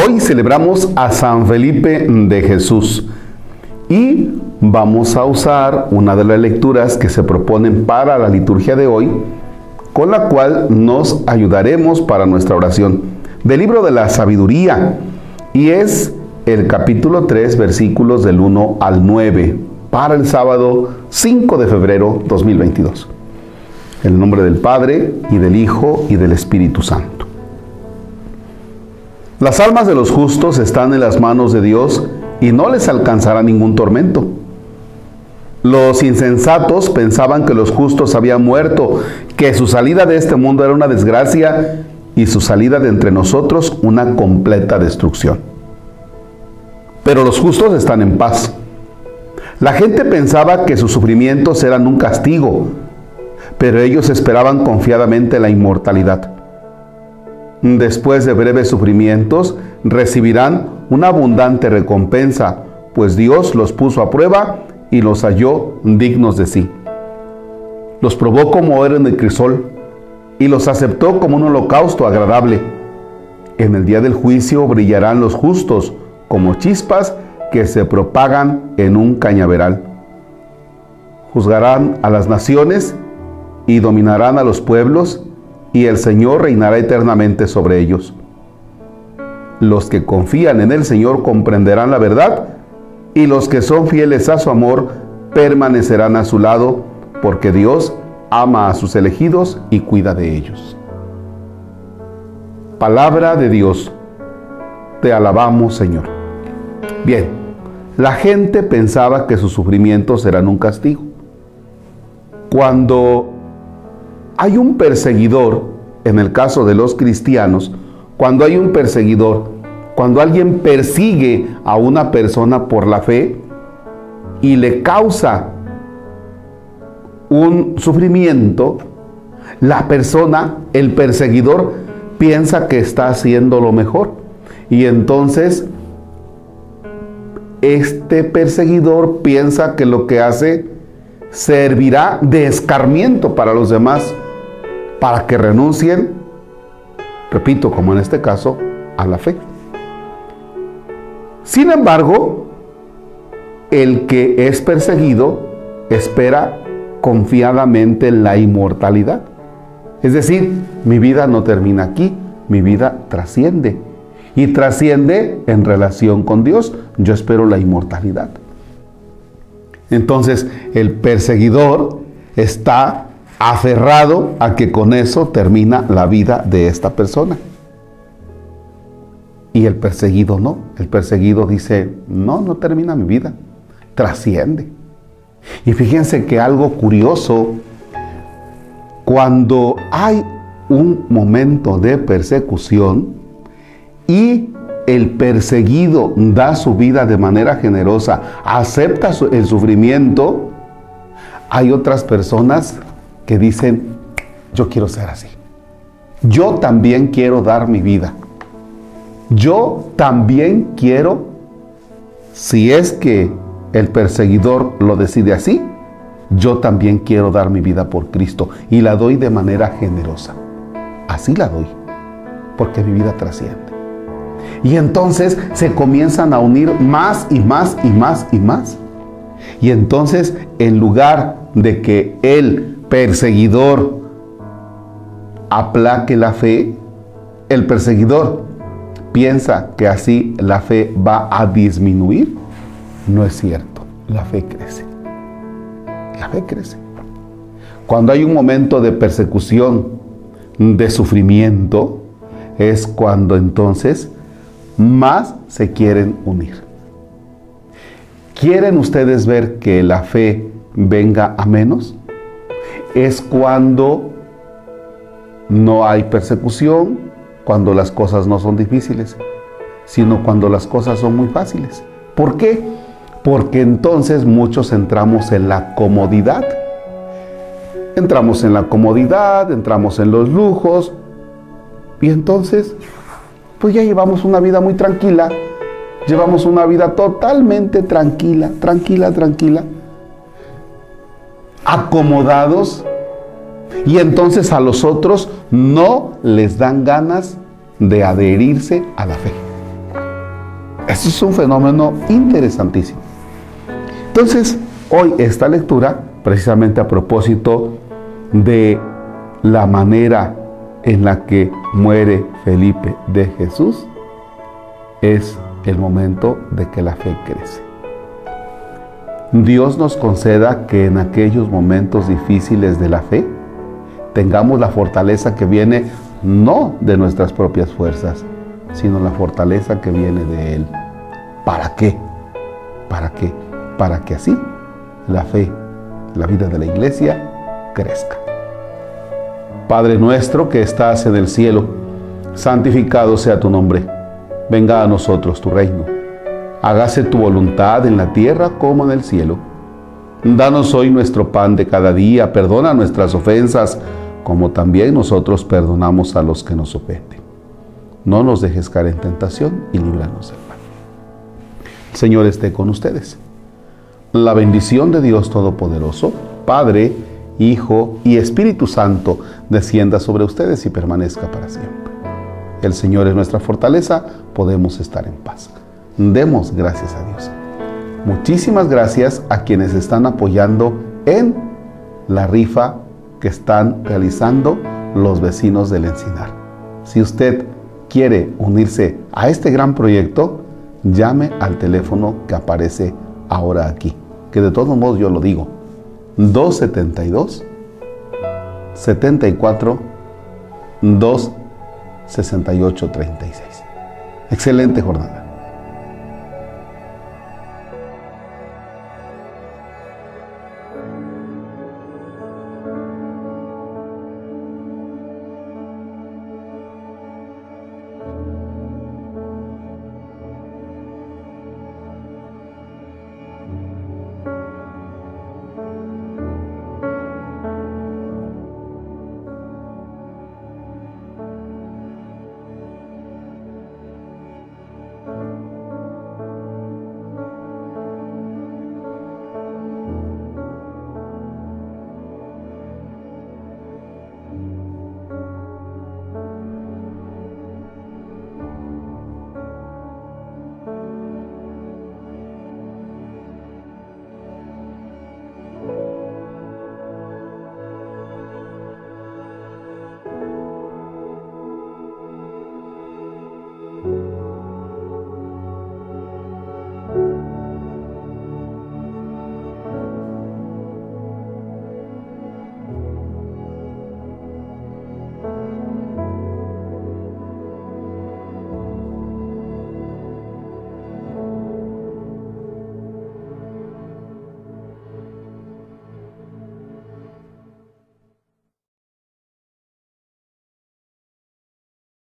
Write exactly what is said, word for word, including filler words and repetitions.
Hoy celebramos a San Felipe de Jesús y vamos a usar una de las lecturas que se proponen para la liturgia de hoy, con la cual nos ayudaremos para nuestra oración, del libro de la sabiduría, y es el capítulo tres, versículos del uno al nueve, para el sábado cinco de febrero de dos mil veintidós. En el nombre del Padre, y del Hijo, y del Espíritu Santo. Las almas de los justos están en las manos de Dios y no les alcanzará ningún tormento. Los insensatos pensaban que los justos habían muerto, que su salida de este mundo era una desgracia y su salida de entre nosotros una completa destrucción. Pero los justos están en paz. La gente pensaba que sus sufrimientos eran un castigo, pero ellos esperaban confiadamente la inmortalidad. Después de breves sufrimientos, recibirán una abundante recompensa, pues Dios los puso a prueba y los halló dignos de sí. Los probó como oro en el crisol y los aceptó como un holocausto agradable. En el día del juicio brillarán los justos como chispas que se propagan en un cañaveral. Juzgarán a las naciones y dominarán a los pueblos, y el Señor reinará eternamente sobre ellos. Los que confían en el Señor comprenderán la verdad, y los que son fieles a su amor permanecerán a su lado, porque Dios ama a sus elegidos y cuida de ellos. Palabra de Dios. Te alabamos, Señor. Bien, la gente pensaba que sus sufrimientos eran un castigo. Cuando hay un perseguidor, en el caso de los cristianos, cuando hay un perseguidor, cuando alguien persigue a una persona por la fe y le causa un sufrimiento, la persona, el perseguidor, piensa que está haciendo lo mejor. Y entonces, este perseguidor piensa que lo que hace servirá de escarmiento para los demás, para que renuncien, repito, como en este caso, a la fe. Sin embargo, el que es perseguido espera confiadamente en la inmortalidad. Es decir, mi vida no termina aquí, mi vida trasciende. Y trasciende en relación con Dios. Yo espero la inmortalidad. Entonces, el perseguidor está aferrado a que con eso termina la vida de esta persona. Y el perseguido no. El perseguido dice, no, no termina mi vida, trasciende. Y fíjense que algo curioso, cuando hay un momento de persecución y el perseguido da su vida de manera generosa, acepta el sufrimiento, hay otras personas que dicen, yo quiero ser así. Yo también quiero dar mi vida. Yo también quiero, si es que el perseguidor lo decide así, yo también quiero dar mi vida por Cristo y la doy de manera generosa. Así la doy, porque mi vida trasciende. Y entonces se comienzan a unir más y más y más y más. Y entonces, en lugar de que el perseguidor aplaque la fe, el perseguidor piensa que así la fe va a disminuir. No es cierto, la fe crece. La fe crece. Cuando hay un momento de persecución, de sufrimiento, es cuando entonces más se quieren unir. ¿Quieren ustedes ver que la fe venga a menos? Es cuando no hay persecución, cuando las cosas no son difíciles, sino cuando las cosas son muy fáciles. ¿Por qué? Porque entonces muchos entramos en la comodidad. Entramos en la comodidad, entramos en los lujos, y entonces pues ya llevamos una vida muy tranquila, llevamos una vida totalmente tranquila, tranquila, tranquila, acomodados, y entonces a los otros no les dan ganas de adherirse a la fe. Eso es un fenómeno interesantísimo. Entonces, hoy esta lectura, precisamente a propósito de la manera en la que muere Felipe de Jesús, es el momento de que la fe crece. Dios nos conceda que en aquellos momentos difíciles de la fe tengamos la fortaleza que viene no de nuestras propias fuerzas, sino la fortaleza que viene de Él. ¿Para qué? ¿Para qué? Para que así la fe, la vida de la iglesia, crezca. Padre nuestro que estás en el cielo, santificado sea tu nombre. Venga a nosotros tu reino. Hágase tu voluntad en la tierra como en el cielo. Danos hoy nuestro pan de cada día. Perdona nuestras ofensas, como también nosotros perdonamos a los que nos ofenden. No nos dejes caer en tentación y líbranos del mal. El Señor esté con ustedes. La bendición de Dios Todopoderoso, Padre, Hijo y Espíritu Santo, descienda sobre ustedes y permanezca para siempre. El Señor es nuestra fortaleza, podemos estar en paz. Demos gracias a Dios. Muchísimas gracias a quienes están apoyando en la rifa que están realizando los vecinos del Encinar. Si usted quiere unirse a este gran proyecto, llame al teléfono que aparece ahora aquí, que de todos modos yo lo digo, dos setenta y dos, setenta y cuatro, dos sesenta y ocho treinta y seis. Excelente jornada.